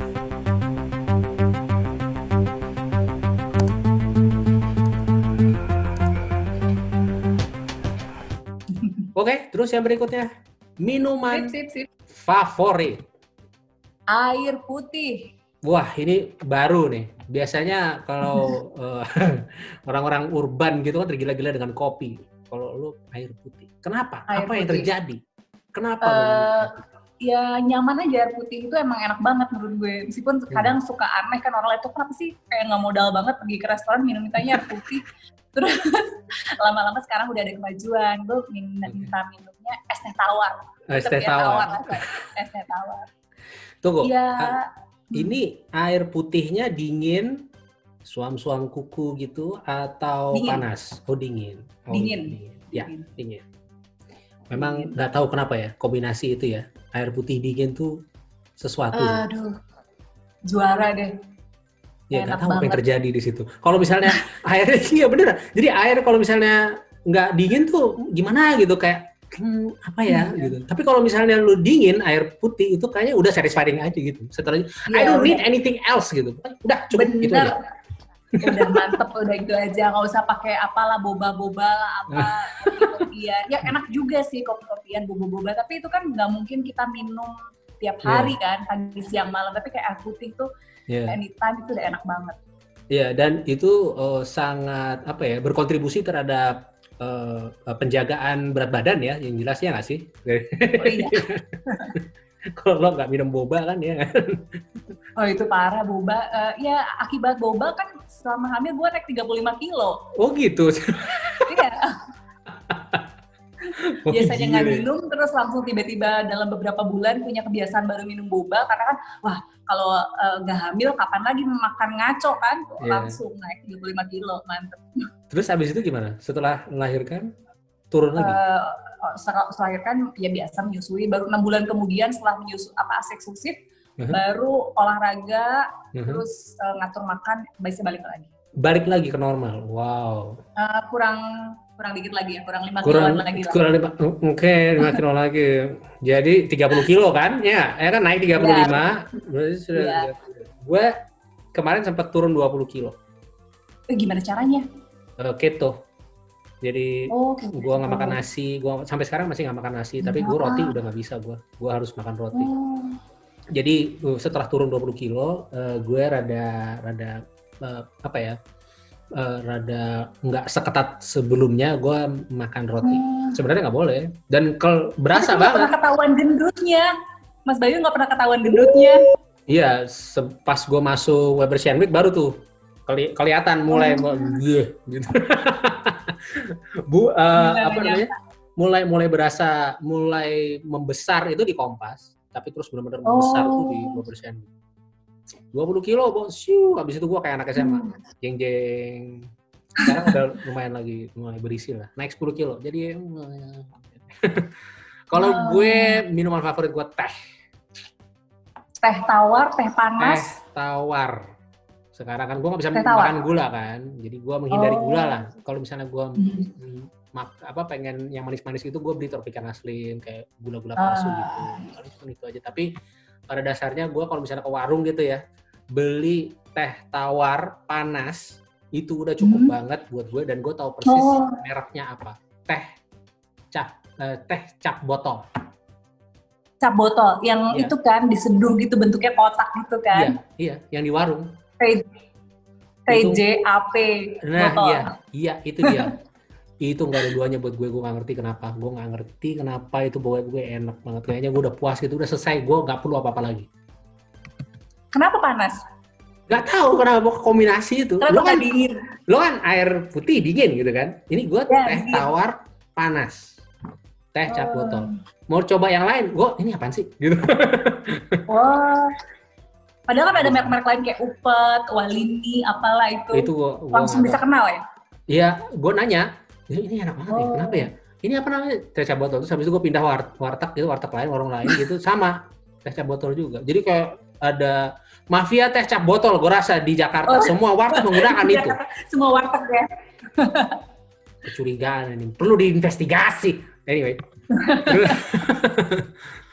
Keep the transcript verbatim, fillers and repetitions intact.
Oke, terus yang berikutnya, minuman Sip, sip, sip. favorit. Air putih. Wah, ini baru nih. Biasanya kalau uh, orang-orang urban gitu kan tergila-gila dengan kopi. Kalau lu air putih. Kenapa? Air Apa yang putih. terjadi? Kenapa? Uh, ya nyaman aja, air putih itu emang enak banget menurut gue. Meskipun kadang hmm. suka aneh kan orang itu kenapa sih kayak nggak modal banget pergi ke restoran minum mintanya air putih. Terus lama-lama sekarang udah ada kemajuan. Gue minta, minta minumnya es teh tawar. Es teh tawar. Es teh tawar. Tunggu. Ya, uh, ini air putihnya dingin, suam-suam kuku gitu atau dingin. Panas? Oh dingin. Oh, dingin. dingin. Ya, dingin. Memang nggak tahu kenapa ya kombinasi itu ya. Air putih dingin tuh sesuatu. Aduh, juara deh. Ya nggak tahu apa yang terjadi di situ. Kalau misalnya airnya, iya bener. Jadi air kalau misalnya nggak dingin tuh gimana gitu kayak hmm, apa ya hmm. gitu. Tapi kalau misalnya lu dingin air putih itu kayaknya udah satisfying aja gitu. Setelah ya, I don't udah. need anything else gitu. Udah cukup bener. gitu aja. Udah mantep, udah itu aja, nggak usah pakai apalah boba-boba lah apa kopi-kopian. Ya enak juga sih kopi-kopian boba-boba, tapi itu kan nggak mungkin kita minum tiap hari yeah. kan, pagi siang malam. Tapi kayak air putih tuh yeah. anytime itu udah enak banget. Iya yeah, dan itu uh, sangat apa ya berkontribusi terhadap Uh, penjagaan berat badan ya, yang jelas ya nggak sih? Oh iya. Kalau lo nggak minum boba kan ya. Oh itu parah boba. Uh, ya akibat boba kan selama hamil gue naik tiga puluh lima kilo. Oh gitu. Iya. Biasanya nggak minum terus langsung tiba-tiba dalam beberapa bulan punya kebiasaan baru minum boba karena kan wah kalau nggak uh, hamil kapan lagi makan ngaco kan yeah. langsung naik tiga puluh lima kilo, mantep. Terus abis itu gimana? Setelah melahirkan turun lagi? Uh, setelah melahirkan ya biasa menyusui, baru enam bulan kemudian setelah menyusui apa ase eksklusif uh-huh. baru olahraga uh-huh. terus uh, ngatur makan bisa balik lagi. Balik lagi ke normal, wow. Uh, kurang kurang dikit lagi ya, kurang lima kiloan lagi lah. Kurang lima, oke okay, lima kilo lagi. Jadi tiga puluh kilo kan? Ya, ya kan naik tiga puluh lima. Ya. Berarti sudah. Ya. Gue kemarin sempat turun dua puluh kilo. Eh, gimana caranya? Uh, keto. Jadi oh, okay. gue nggak makan nasi. Gue sampai sekarang masih nggak makan nasi. Tapi gue roti udah nggak bisa gue. Gue harus makan roti. Oh. Jadi setelah turun dua puluh kilo, uh, gue rada rada uh, apa ya? Uh, rada nggak seketat sebelumnya gue makan roti. Hmm. Sebenarnya nggak boleh. Dan kalau berasa banget. Nggak pernah ketahuan gendutnya. Mas Bayu nggak pernah ketahuan gendutnya. Iya, pas gue masuk Weber Shandwick baru tuh keli- kelihatan mulai oh. gitu. Bu, uh, apa namanya? Mulai mulai berasa mulai membesar itu di Kompas, tapi terus benar-benar oh. membesar tuh di Weber Shandwick. dua puluh kilo, bos. Siu, abis itu gue kayak anak S M A. Hmm. Jeng-jeng. Sekarang udah lumayan lagi, mulai berisi lah. Naik sepuluh kilo. Jadi, kalau oh. gue, minuman favorit gue teh. Teh tawar, teh panas? Teh tawar. Sekarang kan gue gak bisa makan gula kan. Jadi gue menghindari oh. gula lah. Kalau misalnya gue hmm. mak, apa, pengen yang manis-manis gitu, gue beli Tropicana Slim. Kayak gula-gula palsu uh. gitu. Paling itu aja. Tapi pada dasarnya gue kalau misalnya ke warung gitu ya, beli teh tawar panas itu udah cukup hmm. banget buat gue, dan gue tahu persis oh. mereknya apa. Teh cap uh, teh cap botol. Cap botol yang ya. Itu kan diseduh gitu bentuknya kotak gitu kan? Iya, iya, yang di warung. T J A P nah, botol. Iya, iya itu dia. Itu nggak ada duanya buat gue, gue nggak ngerti kenapa. Gue nggak ngerti kenapa itu bawa gue enak banget. Kayaknya gue udah puas gitu, udah selesai. Gue nggak perlu apa-apa lagi. Kenapa panas? Gak tahu kenapa kombinasi itu. Kenapa lo kan dingin? Lo kan air putih dingin gitu kan. Ini gue ya, teh dingin. Tawar panas. Teh cap oh. botol. Mau coba yang lain? Gue ini apaan sih? Gitu. Wah. Padahal kan ada merek-merek lain kayak Upet, Walini, apalah itu. Itu gua, gua langsung bisa kenal ya? Iya, gue nanya. Ini enak banget oh. ya. Kenapa ya? Ini apa namanya? Teh cap botol. Terus habis itu gue pindah war- warteg gitu, warteg lain, warung lain gitu. Sama. Teh cap botol juga. Jadi kayak ada mafia teh cap botol, gue rasa di Jakarta. Oh. Semua warteg menggunakan itu. Semua warteg ya. Kecurigaan ini. Perlu diinvestigasi. Anyway.